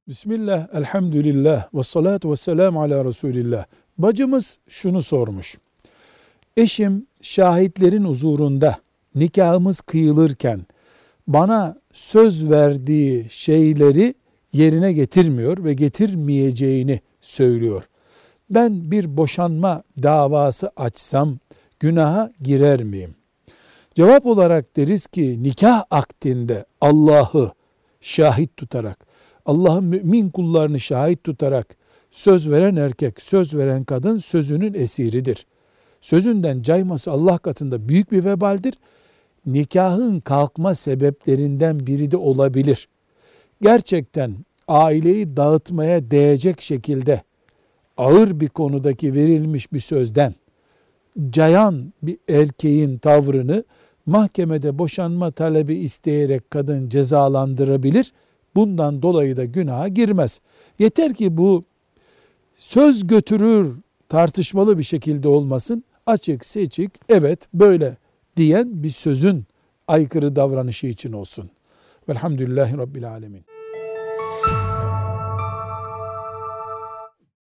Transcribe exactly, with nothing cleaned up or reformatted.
Bismillah, elhamdülillah, ve salatu ve selamu ala Resulillah. Bacımız şunu sormuş. Eşim şahitlerin huzurunda nikahımız kıyılırken bana söz verdiği şeyleri yerine getirmiyor ve getirmeyeceğini söylüyor. Ben bir boşanma davası açsam günaha girer miyim? Cevap olarak deriz ki nikah akdinde Allah'ı şahit tutarak, Allah'ın mümin kullarını şahit tutarak söz veren erkek, söz veren kadın sözünün esiridir. Sözünden cayması Allah katında büyük bir vebaldir. Nikahın kalkma sebeplerinden biri de olabilir. Gerçekten aileyi dağıtmaya değecek şekilde ağır bir konudaki verilmiş bir sözden cayan bir erkeğin tavrını mahkemede boşanma talebi isteyerek kadın cezalandırabilir. Bundan dolayı da günaha girmez. Yeter ki bu söz götürür, tartışmalı bir şekilde olmasın. Açık seçik, evet böyle diyen bir sözün aykırı davranışı için olsun. Velhamdülillahi Rabbil Alemin.